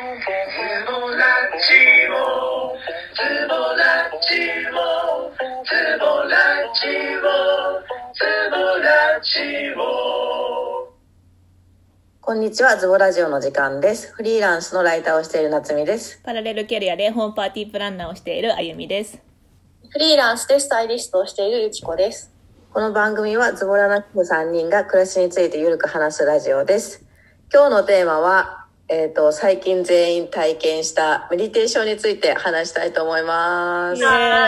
ボラジオズボラジオズボラジオズボラジオ。 こんにちは、ズボラジオの時間です。フリーランスのライターをしている夏美です。 パラレルキャリアでホームパーティープランナーをしているあゆみです。 フリーランスでスタイリストをしているゆきこです。 この番組はズボラな夫婦3人が暮らしについてゆるく話すラジオです。今日のテーマは最近全員体験したメディテーションについて話したいと思います。 はい。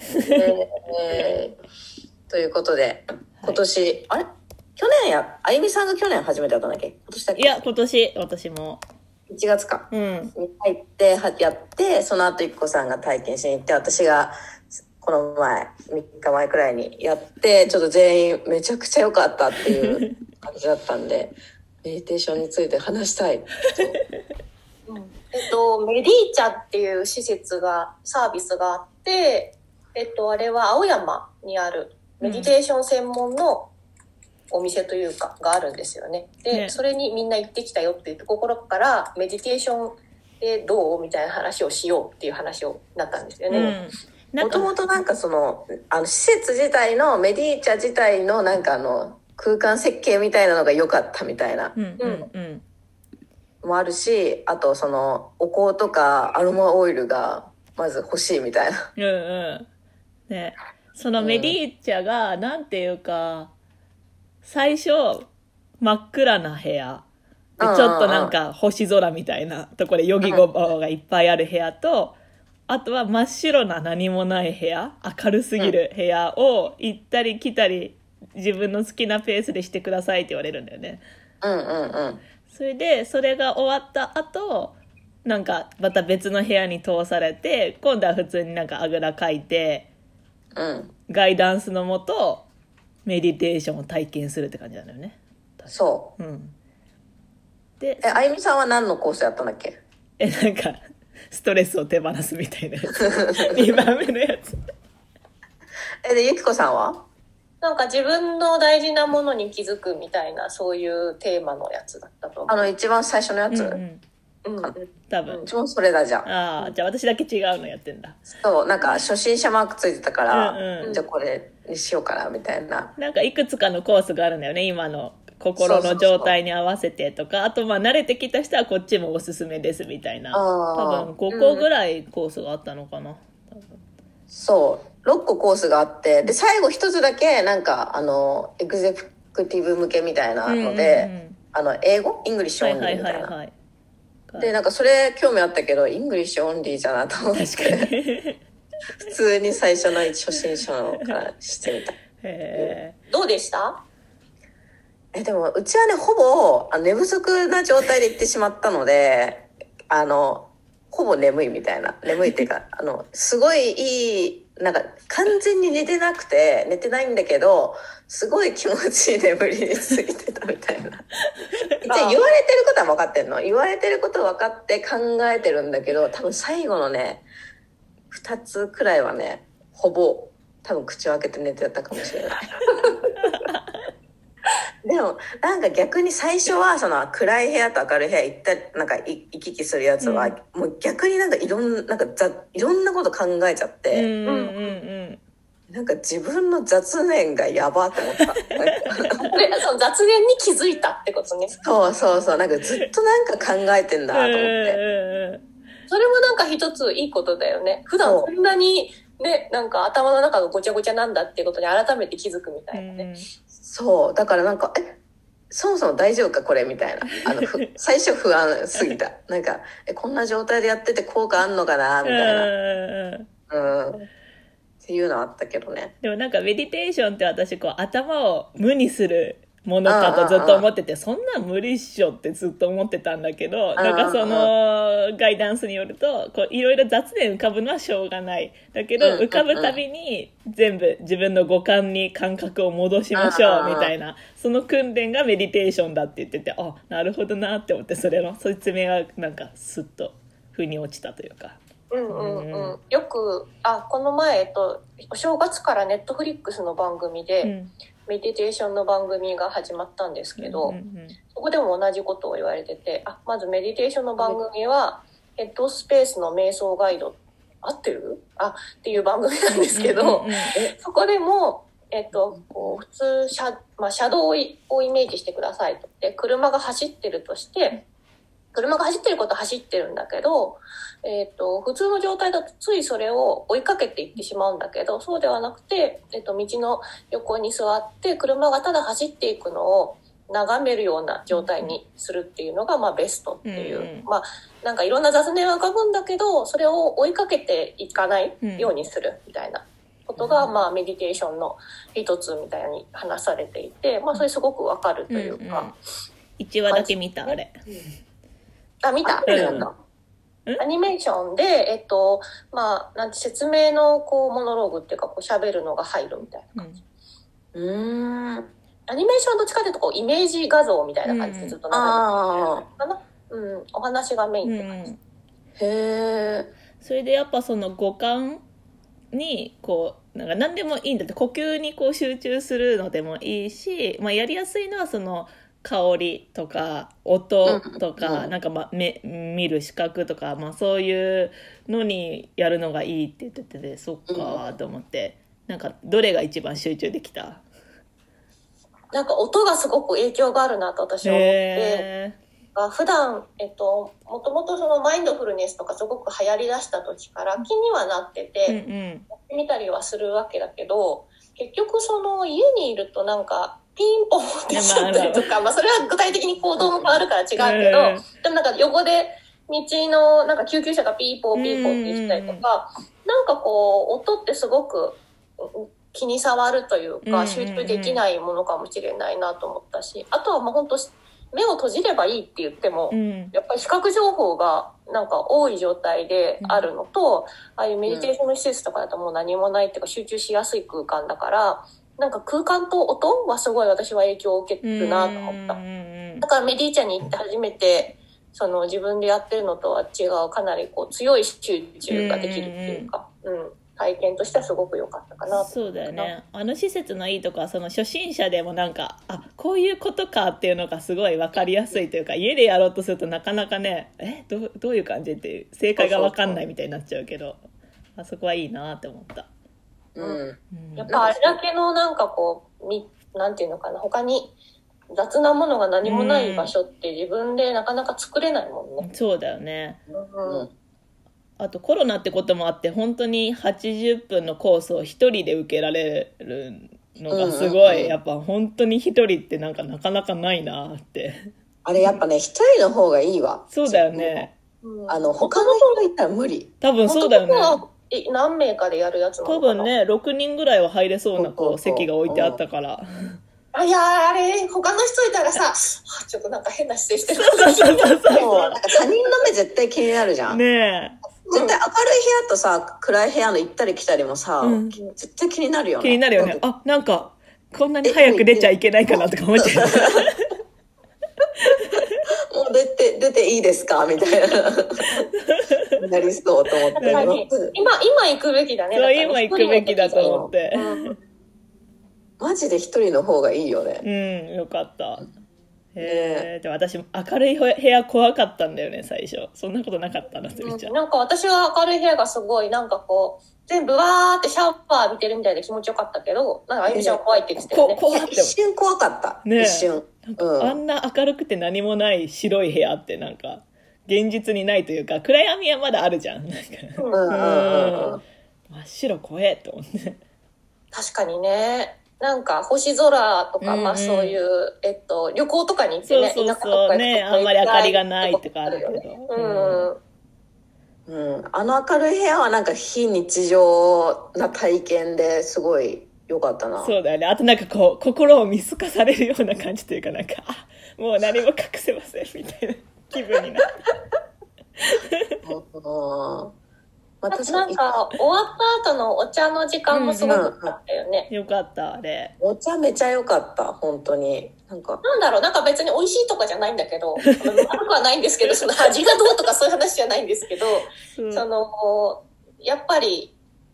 ということで、今年、去年あゆみさんが去年初めてだったんだっけ？今年だっけ？ いや、今年、私も。 1月か。 うん。 に入ってやって、その後ゆきこさんが体験しに行って、私がこの前、3日前くらいにやって、ちょっと全員めちゃくちゃ良かったっていう感じだったんで、メディテーションについて話したい。 メディーチャっていうサービスがあって、あれは青山にあるメディテーション専門のお店というか、があるんですよね。で、それにみんな行ってきたよっていうところから、メディテーションでどうみたいな話をしようっていう話をなったんですよね。 もともとなんか施設自体のメディーチャ自体のなんか空間設計みたいなのが良かったみたいな。もあるし、あとお香とかアロマオイルがまず欲しいみたいな。 ね、そのメディーチャがなんていうか、最初真っ暗な部屋で、ちょっとなんか星空みたいなところでヨギゴバがいっぱいある部屋と、あとは真っ白な何もない部屋、明るすぎる部屋を行ったり来たり自分の好きなペースでしてくださいって言われるんだよね。それでそれが終わった後、なんかまた別の部屋に通されて、今度は普通になんかあぐらかいて、ガイダンスのもとメディテーションを体験するって感じなんだよね。 そう。で、あゆみさんは何のコースやったんだっけ？ なんかストレスを手放すみたいなやつ。2番目のやつ。 で、ゆきこさんは？ なんか自分の大事なものに気づくみたいな、そういうテーマのやつだったと思う。 一番最初のやつ？ 多分。 一番それだじゃん。 じゃあ私だけ違うのやってんだ。 そう、なんか初心者マークついてたから、じゃあこれにしようかなみたいな。 なんかいくつかのコースがあるんだよね、今の心の状態に合わせてとか、あと慣れてきた人はこっちもおすすめですみたいな。多分5個ぐらいコースがあったのかな。 そう6個コースがあって、で最後一つだけなんかエグゼクティブ向けみたいなので、英語イングリッシュオンリーみたいな。でなんかそれ興味あったけどイングリッシュオンリーじゃなと思って普通に最初の初心者のからしてみた。 どうでした？ でもうちはねほぼ寝不足な状態で行ってしまったので、ほぼ眠いみたいな、眠いっていうかすごいいい、なんか完全に寝てないんだけどすごい気持ちいい眠りについてたみたいな。言われてることは分かってんの、言われてることは分かって考えてるんだけど、多分最後のね2つくらいはねほぼ多分口を開けて寝てたかもしれない。でもなんか逆に最初は暗い部屋と明るい部屋行ったなんか行き来するやつは、もう逆になんかいろんなこと考えちゃって、なんか自分の雑念がやばと思った。 その雑念に気づいたってことね。 そうなんかずっとなんか考えてんだと思って。 それもなんか一ついいことだよね。普段こんなにね、なんか頭の中がごちゃごちゃなんだっていうことに改めて気づくみたいなね。 そうだからなんかそもそも大丈夫かこれみたいな、最初不安すぎた。なんかこんな状態でやってて効果あんのかなみたいなっていうのはあったけどね。 でもなんかメディテーションって私頭を無にするものかとずっと思ってて、そんな無理っしょってずっと思ってたんだけど、なんかそのガイダンスによるといろいろ雑念浮かぶのはしょうがない、だけど浮かぶたびに全部自分の五感に感覚を戻しましょうみたいな、その訓練がメディテーションだって言ってて、なるほどなって思って、それの説明がなんかスッと腑に落ちたというか。 よくこの前お正月からネットフリックスの番組で、メディテーションの番組が始まったんですけど、 そこでも同じことを言われてて、まずメディテーションの番組は、ヘッドスペースの瞑想ガイド、合ってるっていう番組なんですけど、そこでも、こう普通車道をイメージしてくださいと。で、車が走ってるとして、車が走ってることは走ってるんだけど、普通の状態だとついそれを追いかけていってしまうんだけど、そうではなくて、道の横に座って車がただ走っていくのを眺めるような状態にするっていうのが、ベストっていう。なんかいろんな雑念は浮かぶんだけど、それを追いかけていかないようにするみたいなことが、メディテーションの一つみたいに話されていて、それすごくわかるというか。 1話だけ見た、あれ。 見た？アニメーションで、なんて説明のこうモノローグっていうか、こう喋るのが入るみたいな感じ。アニメーションどっちかというとこうイメージ画像みたいな感じでずっと流れてるかな。お話がメインって感じ。 へえ。 それでやっぱその五感にこうなんか何でもいいんだって、呼吸にこう集中するのでもいいし、やりやすいのはその香りとか音とか、なんか見る視覚とか、そういうのにやるのがいいって言ってて、そっかと思って、なんかどれが一番集中できた？ なんか音がすごく影響があるなと私は思って、普段、もともとそのマインドフルネスとかすごく流行りだした時から気にはなってて、やってみたりはするわけだけど、結局その家にいるとなんかピンポンってしちゃったりとか、それは具体的に行動も変わるから違うけど、でもなんか横で道のなんか救急車がピーポーピーポーって言ったりとか、なんかこう音ってすごく気に障るというか集中できないものかもしれないなと思ったし、あとは本当目を閉じればいいって言っても、やっぱり視覚情報がなんか多い状態であるのと、ああいうメディテーションの施設とかだともう何もないっていうか集中しやすい空間だから、なんか空間と音はすごい私は影響を受けるなと思った。だからメディーチャに行って初めて、その自分でやってるのとは違うかなりこう強い集中ができるっていうか、体験としてはすごく良かったかな。 そうだよね。あの施設のいいとこはその初心者でもなんかこういうことかっていうのがすごい分かりやすいというか、家でやろうとするとなかなかねどういう感じっていう正解が分かんないみたいになっちゃうけど、あそこはいいなって思った。 やっぱあれだけのなんかこうなんていうのかな、他に雑なものが何もない場所って自分でなかなか作れないもんね。 そうだよね。あとコロナってこともあって本当に80分のコースを一人で受けられるのがすごい、やっぱ本当に一人ってなんかなかなかないなって。 あれやっぱね、一人の方がいいわ。 そうだよね。 他の人がいたら無理。 多分そうだよね。 何名かでやるやつなのかな。 多分ね、6人ぐらいは入れそうなこう席が置いてあったから。 いやあれ他の人いたらさ、ちょっとなんか変な姿勢してる。 でもなんか他人の目絶対気になるじゃん。 ねえ。 絶対明るい部屋とさ、暗い部屋の行ったり来たりもさ、絶対気になるよね。 気になるよね。なんかこんなに早く出ちゃいけないかなとか思っちゃう。 もう出ていいですかみたいななりそうと思って。 今行くべきだね。 そう、今行くべきだと思って。 マジで一人の方がいいよね。 よかった。でも私明るい部屋怖かったんだよね最初。そんなことなかったな、すみちゃん。 なんか私は明るい部屋がすごいなんかこう全部わーってシャワー浴びてるみたいで気持ちよかったけど、なんかあゆみちゃん怖いって言ってたよね。 一瞬怖かった。ね、一瞬。 あんな明るくて何もない白い部屋ってなんか現実にないというか、暗闇はまだあるじゃん。なんか真っ白怖えと思って。 確かにね。なんか星空とか、そういう、旅行とかに行ってね、 そうね、あんまり明かりがないとかあるけど。 あの明るい部屋はなんか非日常な体験ですごい良かったな。 そうだよね。あとなんかこう心を見透かされるような感じというか、なんかもう何も隠せませんみたいな気分になる。 なんか終わった後のお茶の時間もすごく良かったよね。 よかったあれ。 お茶めちゃ良かった本当に。なんだろう、なんか別に美味しいとかじゃないんだけど、悪くはないんですけど、その味がどうとかそういう話じゃないんですけど、そのやっぱり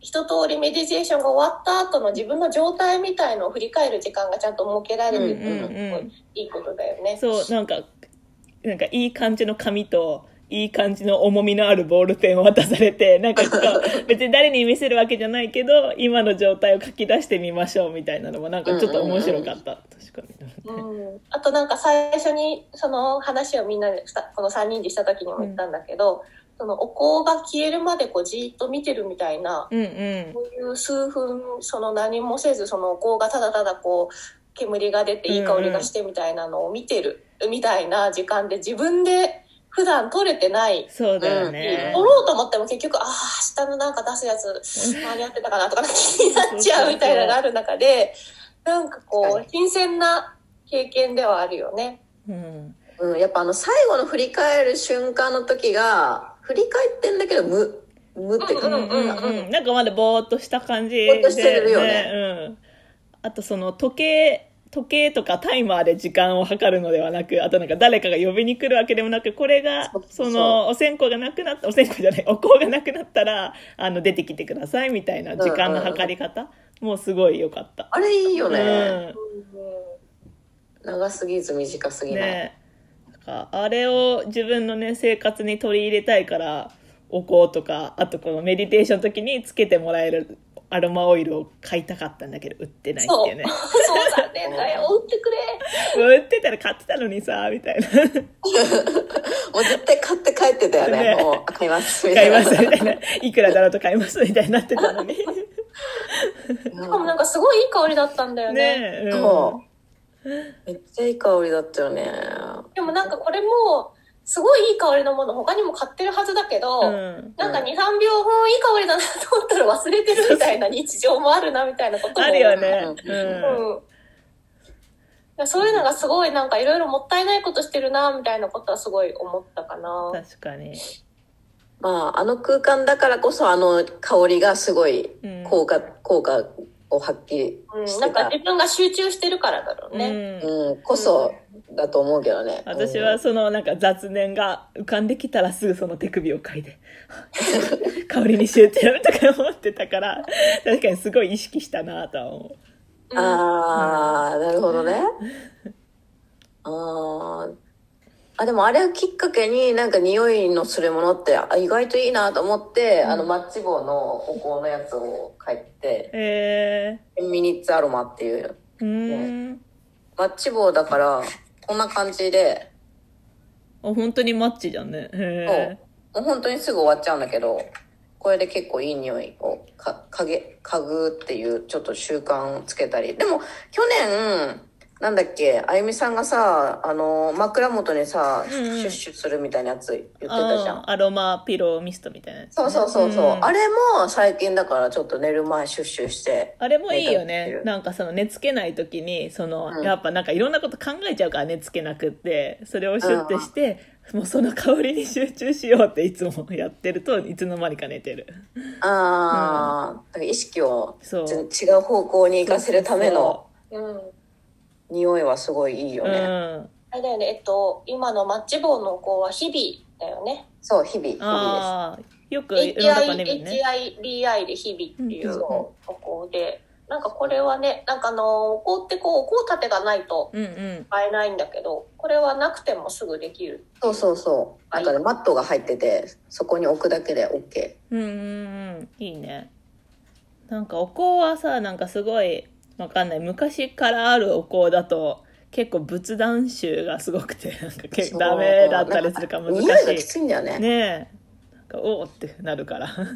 一通りメディテーションが終わった後の自分の状態みたいのを振り返る時間がちゃんと設けられてるっていうのはすごいいいことだよね。 そうなんかいい感じの紙といい感じの重みのあるボールペンを渡されて、なんかこう別に誰に見せるわけじゃないけど今の状態を書き出してみましょうみたいなのもなんかちょっと面白かった、確かに、 あとなんか最初にその話をみんなでこの3人でした時にも言ったんだけど、そのお香が消えるまでこうじーっと見てるみたいな、こういう数分その何もせずそのお香がただただこう煙が出ていい香りがしてみたいなのを見てるみたいな時間で自分で普段取れてない。 そうだよね。 取ろうと思っても結局、明日のなんか出すやつ、間に合ってたかなとか気になっちゃうみたいなのがある中で、なんかこう、新鮮な経験ではあるよね。 やっぱ最後の振り返る瞬間の時が、振り返ってんだけど、無ってくる。 なんかまだぼーっとした感じで。 ぼーっとしてるよね。 あとその時計とかタイマーで時間を計るのではなく、あとなんか誰かが呼びに来るわけでもなく、これがそのお線香がなくなった、お香がなくなったら出てきてくださいみたいな時間の計り方、もうすごい良かった。 あれいいよね。長すぎず短すぎない。ね、 なんかあれを自分のね生活に取り入れたいから、お香とかあとこのメディテーションの時につけてもらえるアロマオイルを買いたかったんだけど売ってないっていうね。 そう残念だよ、売ってくれ。 売ってたら買ってたのにさみたいな。もう絶対買って帰ってたよね。もう買いますみたいな。買いますみたいな。いくらだろうと買いますみたいになってたのに。しかもなんかすごいいい香りだったんだよね。 そうめっちゃいい香りだったよね。 でもなんかこれもすごいいい香りのもの他にも買ってるはずだけど、なんか2、3秒、いい香りだなと思ったら忘れてるみたいな日常もあるなみたいなこともあるよね。 そういうのがすごいなんかいろいろもったいないことしてるなみたいなことはすごい思ったかな。 確かに。 まあ空間だからこそ香りがすごい効果を発揮してた。 なんか自分が集中してるからだろうね。 こそだと思うけどね。 私はそのなんか雑念が浮かんできたらすぐその手首を嗅いで香りに集中とか思ってたから、確かにすごい意識したなとは思う。 なるほどね。でもあれをきっかけになんか匂いのするものって意外といいなと思って、マッチ棒のお香のやつを買って、10ミニッツアロマっていう、マッチ棒だからこんな感じで、 本当にマッチじゃんね。 もう本当にすぐ終わっちゃうんだけど、これで結構いい匂いを嗅ぐっていうちょっと習慣をつけたり。でも去年なんだっけ、あゆみさんがさ枕元にさ、シュッシュするみたいなやつ言ってたじゃん。 アロマピローミストみたいなやつ、 ね、そう、あれも最近だからちょっと寝る前シュッシュしてあれもいいよね。なんかその寝つけない時にやっぱなんかいろんなこと考えちゃうから寝つけなくって、それをシュッてして、もうその香りに集中しようっていつもやってるといつの間にか寝てる。だから意識を違う方向に行かせるための匂いはすごいいいよね。 あれだよね、今のマッチ棒の子は日々だよね。 そう、日々です。 よくいろんなとこね。 HIBI で日々っていうお香で、なんかこれはね、なんかお香ってこう、お香立てがないと買えないんだけど、これはなくてもすぐできる。 そう。なんかね、マットが入ってて、そこに置くだけで OK。 いいね。なんかお香はさ、なんかすごい、わかんない。昔からあるお香だと結構仏壇臭がすごくてなんか結構ダメだったりするから難しい。 匂いがきついんだよね。 ねえ。なんかおーってなるから。確か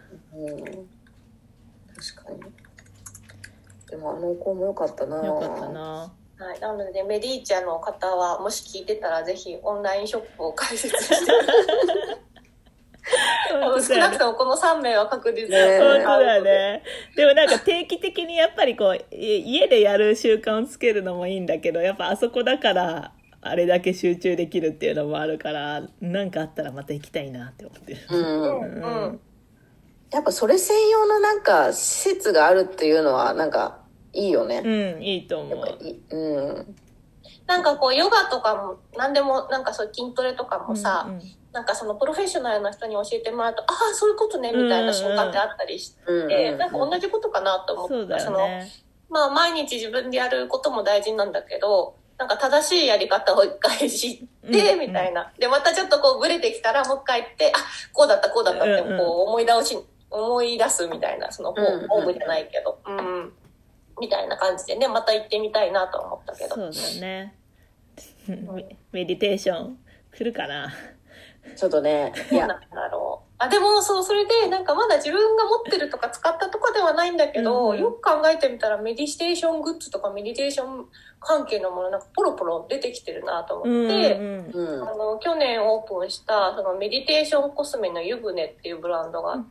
に。でもお香も良かったな。 良かったな。 はい。なのでメディーチャの方はもし聞いてたらぜひオンラインショップを開設して少なくともこの3名は確実に、 本当だよね。でもなんか定期的にやっぱりこう家でやる習慣をつけるのもいいんだけど、やっぱあそこだからあれだけ集中できるっていうのもあるから、なんかあったらまた行きたいなって思ってる。 やっぱそれ専用のなんか施設があるっていうのはなんかいいよね。 いいと思う。 なんかこうヨガとかも何でもなんかそういう筋トレとかもさ、 うんうんなんかそのプロフェッショナルな人に教えてもらうと、ああそういうことねみたいな瞬間ってあったりして、 うんなんか同じことかなと思って、 そうだよね。 まあ毎日自分でやることも大事なんだけど、なんか正しいやり方を一回知ってみたいな、でまたちょっとこうブレてきたらもう一回言って、あこうだったってこう思い出すみたいな、そのフォームじゃないけど、みたいな感じでね、また行ってみたいなと思ったけど。 そうだね。メディテーション来るかな。 ちょっとね、 どうなんだろう。でもそう、それでなんかまだ自分が持ってるとか使ったとかではないんだけど、よく考えてみたらメディテーショングッズとかメディテーション関係のものなんかポロポロ出てきてるなと思って、去年オープンしたそのメディテーションコスメの湯船っていうブランドがあって、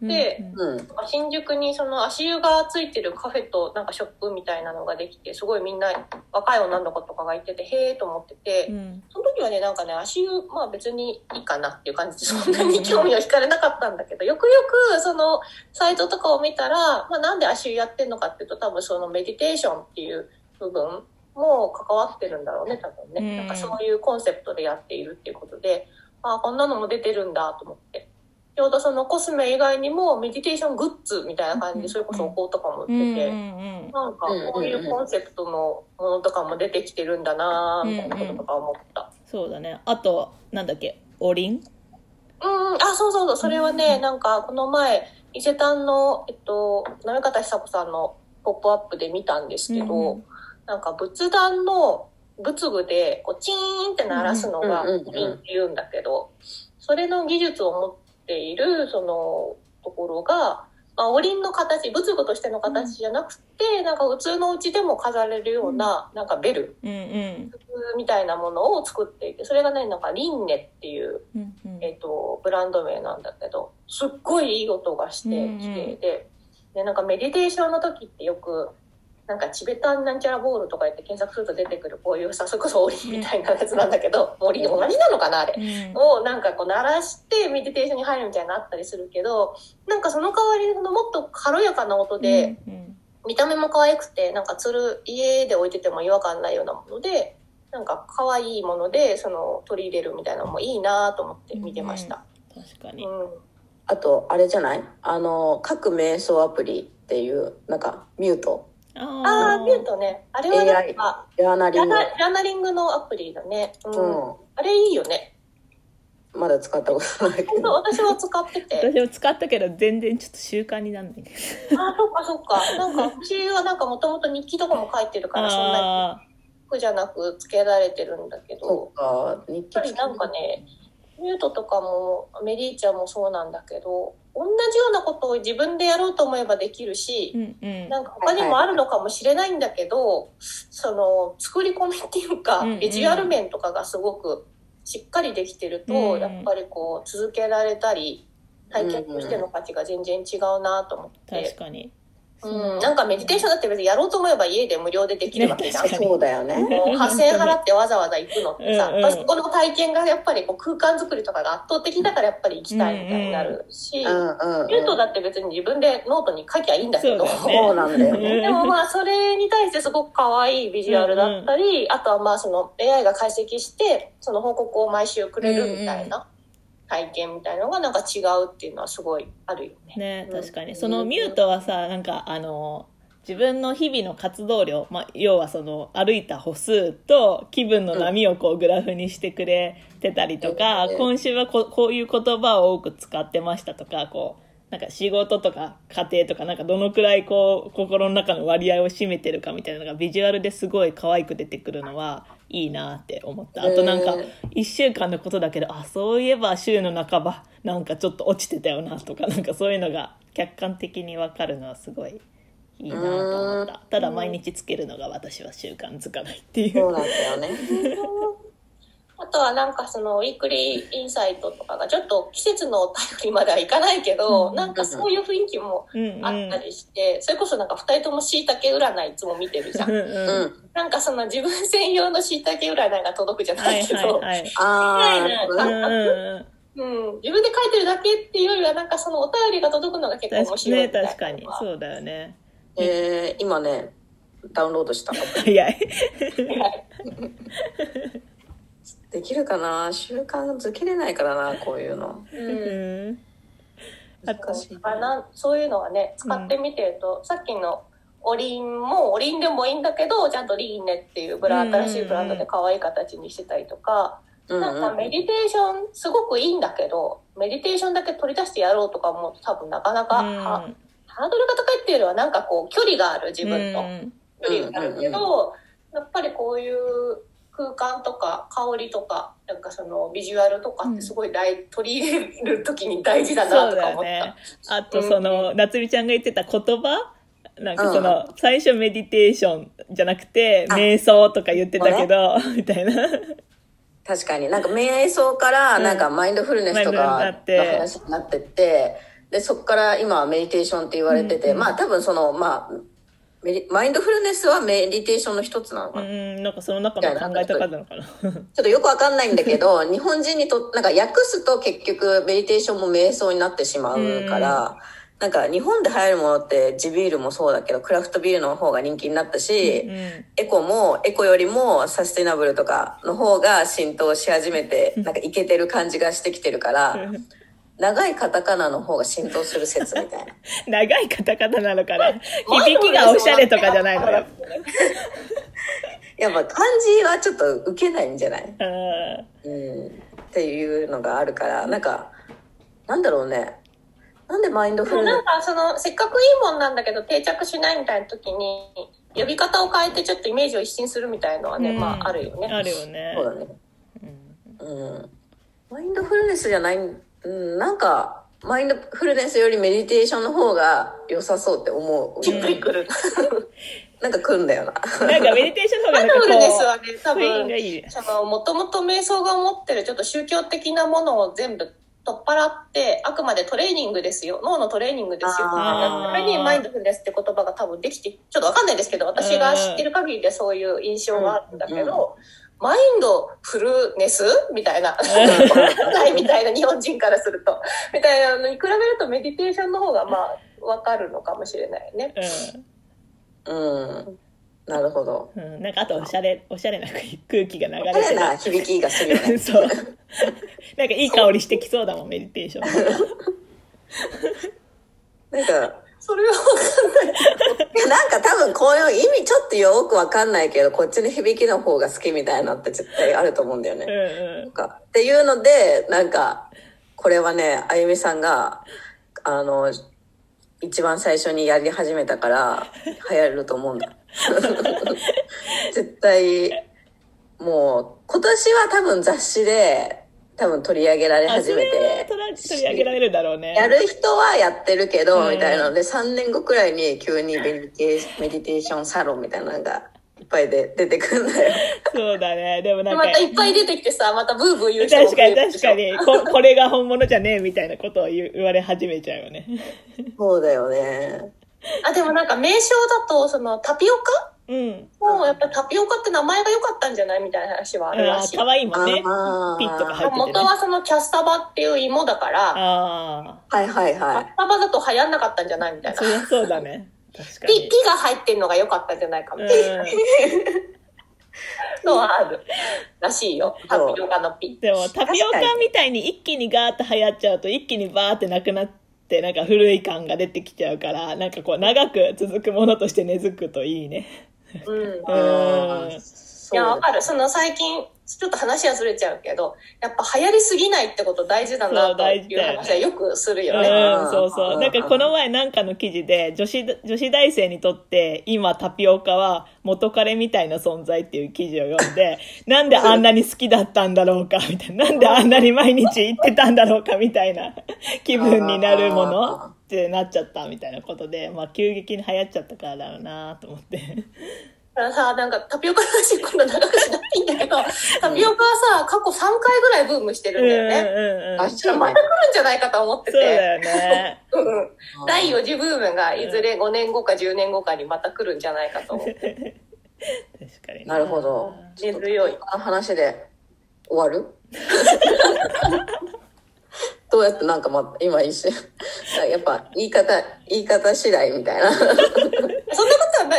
新宿にその足湯がついてるカフェとなんかショップみたいなのができて、すごいみんな若い女の子とかがいてて、へーと思ってて、その時はね、なんかね、足湯、まあ別にいいかなっていう感じで、そんなに興味を惹かれなかったんだけど、よくよくそのサイトとかを見たら、まあなんで足湯やってんのかっていうと、多分そのメディテーションっていう部分も関わってるんだろうね、多分ね。なんかそういうコンセプトでやっているっていうことで、こんなのも出てるんだと思って。ちょうどそのコスメ以外にもメディテーショングッズみたいな感じで、それこそお香とかも売ってて、なんかこういうコンセプトのものとかも出てきてるんだなみたいなこととか思った。 そうだね。あと、なんだっけ、おりん？ そう。それはね、なんかこの前、伊勢丹の、行方久子さんのポップアップで見たんですけど、なんか仏壇の仏具でこうチーンって鳴らすのがおりんって言うんだけど、それの技術を持っているそのところが、おりんの形、仏具としての形じゃなくて、なんか普通のうちでも飾れるような、なんかベルみたいなものを作っていて、それがね、なんかリンネっていう、ブランド名なんだけど、すっごいいい音がしてきて、で、なんかメディテーションの時ってよく、なんかチベタンなんちゃらボールとか言って検索すると出てくるこういうさ、それこそオリみたいなやつなんだけど、オリ同じなのかなあれ、をなんかこう鳴らしてメディテーションに入るみたいなのあったりするけど、なんかその代わりにもっと軽やかな音で、見た目も可愛くて、なんか家で置いてても違和感ないようなもので、なんか可愛いものでその取り入れるみたいなのもいいなと思って見てました。 確かに。 あとあれじゃない？各瞑想アプリっていうなんかミュート。 ミュートね。あれはなんかジャーナリングのアプリだね。あれいいよね。 まだ使ったことないけど。 私は使ってて。 私も使ったけど全然ちょっと習慣にならない。 そっか。なんか私はなんかもともと日記とかも書いてるから、そんなに苦じゃなくつけられてるんだけど、やっぱりなんかね、ミュートとかもメリーちゃんもそうなんだけど、同じようなことを自分でやろうと思えばできるし、なんか他にもあるのかもしれないんだけど、その作り込みっていうか、ビジュアル面とかがすごくしっかりできてると、やっぱりこう続けられたり、体験としての価値が全然違うなと思って。 確かに。 なんかメディテーションだって別にやろうと思えば家で無料でできるわけじゃん。 そうだよね。 8000円払ってわざわざ行くのってさ、この体験がやっぱりこう空間作りとかが圧倒的だからやっぱり行きたいみたいになるし、ミュートだって別に自分でノートに書きゃいいんだけど、 そうなんだよね。 でもまあそれに対してすごく可愛いビジュアルだったり、あとはまあその AI が解析してその報告を毎週くれるみたいな。体験みたいなのがなんか違うっていうのはすごいあるよね。 確かに。そのミュートはさ、なんか自分の日々の活動量、要はその歩いた歩数と気分の波をこうグラフにしてくれてたりとか、今週はこういう言葉を多く使ってましたとか、こうなんか仕事とか家庭とかなんかどのくらいこう心の中の割合を占めてるかみたいなのがビジュアルですごい可愛く出てくるのはいいなって思った。あとなんか1週間のことだけど、そういえば週の半ばなんかちょっと落ちてたよなとか、なんかそういうのが客観的に分かるのはすごいいいなと思った。ただ毎日つけるのが私は習慣づかないっていう。 そうなんだよね。 あとはなんかそのウィークリーインサイトとかがちょっと季節のお便りまではいかないけど、なんかそういう雰囲気もあったりして、それこそなんか2人とも椎茸占いいつも見てるじゃん。なんかその自分専用の椎茸占いが届くじゃないけど、みたいな感覚。自分で書いてるだけっていうよりはなんかそのお便りが届くのが結構面白いみたいな。 確かにそうだよね。 今ねダウンロードしたの。 早い。 できるかな、習慣づけれないからな、こういうの。 うん難しい。 そういうのはね、使ってみてると、さっきのおりんもおりんでもいいんだけど、ちゃんとリーネっていう新しいブランドで可愛い形にしてたりとか、なんかメディテーションすごくいいんだけど、メディテーションだけ取り出してやろうとか思うと多分なかなか、ハードルが高いっていうよりはなんかこう距離がある、自分と距離があるけど、やっぱりこういう空間とか香りとか、なんかそのビジュアルとかってすごい取り入れる時に大事だなとか思った。 そうだよね。あとその、夏美ちゃんが言ってた言葉、なんかその、最初メディテーションじゃなくて瞑想とか言ってたけど、みたいな。 確かになんか瞑想からなんかマインドフルネスとかの話になってって、でそこから今はメディテーションって言われてて、まあ多分そのマインドフルネスはメディテーションの一つなのかな。 なんかその中の考え方なのかな。ちょっとよくわかんないんだけど、日本人にとなんか訳すと結局メディテーションも瞑想になってしまうから、なんか日本で流行るものって地ビールもそうだけどクラフトビールの方が人気になったし、エコよりもサステナブルとかの方が浸透し始めて、なんかイケてる感じがしてきてるから長いカタカナの方が浸透する説みたいな。 長いカタカナなのかな。響きがおしゃれとかじゃないのよ。 やっぱ漢字はちょっと受けないんじゃない？っていうのがあるから、なんかなんだろうね。なんでマインドフルネス、 なんかそのせっかくいいもんなんだけど定着しないみたいな時に呼び方を変えてちょっとイメージを一新するみたいのはね、まああるよね。 あるよね。 そうだね。マインドフルネスじゃない、なんかマインドフルネスよりメディテーションの方が良さそうって思う。 しっくりくる。 なんか来るんだよな。 なんかメディテーションの方がなんかこう、 マインドフルネスはね、多分もともと瞑想が持ってるちょっと宗教的なものを全部取っ払ってあくまでトレーニングですよ、脳のトレーニングですよ、それにマインドフルネスって言葉が多分できて、ちょっと分かんないですけど私が知ってる限りでそういう印象があるんだけど、マインドフルネスみたいなないみたいな、日本人からするとみたいなのに比べるとメディテーションの方がまあ分かるのかもしれないね。 なるほど。 なんかあとおしゃれな空気が流れてる。 おしゃれな響きがするよね。 そう。なんかいい香りしてきそうだもん、メディテーション。 なんか、 それは分かんない。 なんか多分こういう意味ちょっとよく分かんないけど、こっちの響きの方が好きみたいなって絶対あると思うんだよね。なんかっていうので、なんか、これはね、あゆみさんが、一番最初にやり始めたから流行ると思うんだ。絶対もう今年は多分雑誌で多分取り上げられ始めて、 取り上げられるだろうね。 やる人はやってるけどみたいなので、3年後くらいに急にメディテーションサロンみたいなのがいっぱいで出てくるんだよ。 そうだね。でもなんかまたいっぱい出てきてさ、またブーブー言う人も確かにこれが本物じゃねえみたいなことを言われ始めちゃうよね。 そうだよね。 でもなんか名称だとそのタピオカもうやっぱりタピオカって名前が良かったんじゃないみたいな話はあるらしい。 可愛いもんね。ピッとか入ってて、ね、 元はそのキャッサバっていう芋だから、 はいはいはい。 キャッサバだと流行んなかったんじゃないみたいな。 そうだね。確かに。 ピが入ってんのが良かったんじゃないかみたいな。のはあるらしいよ、タピオカのピ。 でもタピオカみたいに一気にガーッと流行っちゃうと一気にバーってなくなって、なんか古い感が出てきちゃうから、なんかこう長く続くものとして根付くといいね。 いや、わかる。その最近ちょっと話はずれちゃうけど、やっぱ流行りすぎないってこと大事だなという話はよくするよね。 そう。なんかこの前なんかの記事で女子大生にとって今タピオカは元彼みたいな存在っていう記事を読んで、なんであんなに好きだったんだろうかみたいな、なんであんなに毎日行ってたんだろうかみたいな気分になるものってなっちゃったみたいなことで、まあ急激に流行っちゃったからだろうなと思って。 だからさ、なんかタピオカの話今度長くしなくていいんだけど、タピオカはさ、過去3回ぐらいブームしてるんだよね。また来るんじゃないかと思ってて。 そうだよね。 第4次ブームがいずれ5年後か10年後かにまた来るんじゃないかと思って。 確かに。 なるほど。 根強い。 話で終わるどうやってなんか今一瞬やっぱ言い方次第みたいな。 そんなことはな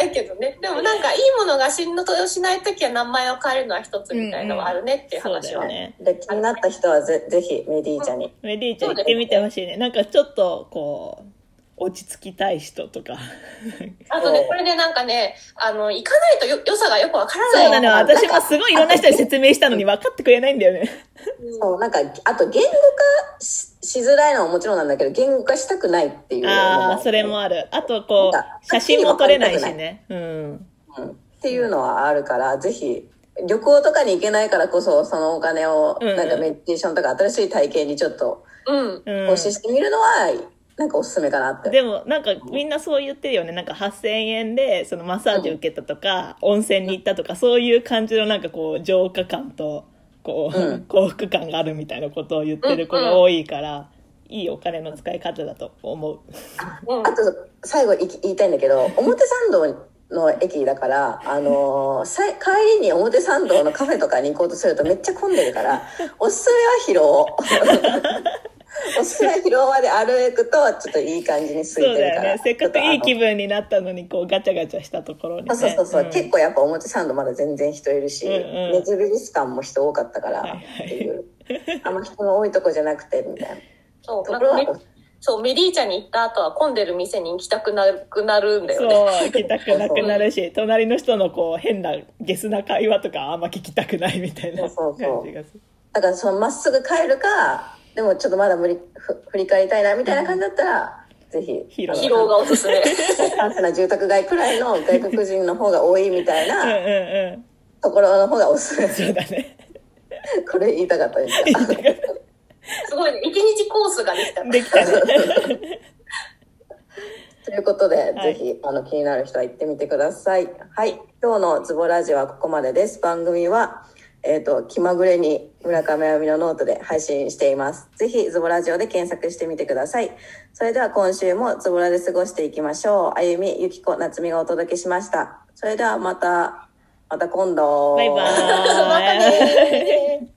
ないけどね。でもなんかいいものが浸透しないときは名前を変えるのは一つみたいなのはあるねっていう話は。 ね。 で、気になった人はぜひメディーちゃんに。 メディーちゃん行ってみてほしいね。なんかちょっとこう、落ち着きたい人とか。 あとね、これね、なんかね、行かないと良さがよくわからない。 そうなのよ。私もすごいいろんな人に説明したのに分かってくれないんだよね。 そう、なんか、あと言語化しづらいのはもちろんなんだけど、言語化したくないっていうのも。 ああ、それもある。あとこう、写真も撮れないしね。うん。 っていうのはあるから、ぜひ、旅行とかに行けないからこそ、そのお金を、なんかメディテーションとか新しい体験にちょっと、投資してみるのは、なんかおすすめかなって。 でもなんかみんなそう言ってるよね。なんか8000円でそのマッサージ受けたとか、温泉に行ったとか、そういう感じのなんかこう浄化感とこう、幸福感があるみたいなことを言ってる子が多いから、いいお金の使い方だと思う。 あと最後言いたいんだけど、表参道の駅だから、帰りに表参道のカフェとかに行こうとするとめっちゃ混んでるから、おすすめは広尾。おすすめ広場で歩くとちょっといい感じに空いてるから。そうだよね。 せっかくいい気分になったのにこうガチャガチャしたところにね。 そう、結構やっぱ表参道まだ全然人いるし、ネズビリス館も人多かったからっていう、あんま人の多いとこじゃなくてみたいな。 そう、メリーちゃんに行った後は混んでる店に行きたくなるんだよね。 そう、行きたくなくなるし、隣の人のこう変なゲスな会話とかあんま聞きたくないみたいな感じがする。 だからそのまっすぐ帰るか、でもちょっとまだ振り返りたいなみたいな感じだったら、ぜひ広尾がおすすめ。 閑静な住宅街くらいの外国人の方が多いみたいなところの方がおすすめ。 そうだね。 これ言いたかったです。 すごいね。一日コースができた。 できたね。 ということで、ぜひ気になる人は行ってみてください。はい、今日のズボラジオはここまでです。番組は気まぐれに村上あゆみのノートで配信しています。ぜひズボラジオで検索してみてください。それでは今週もズボラで過ごしていきましょう。あゆみ、ゆきこ、なつみがお届けしました。それではまた今度。 バイバーイ。 またね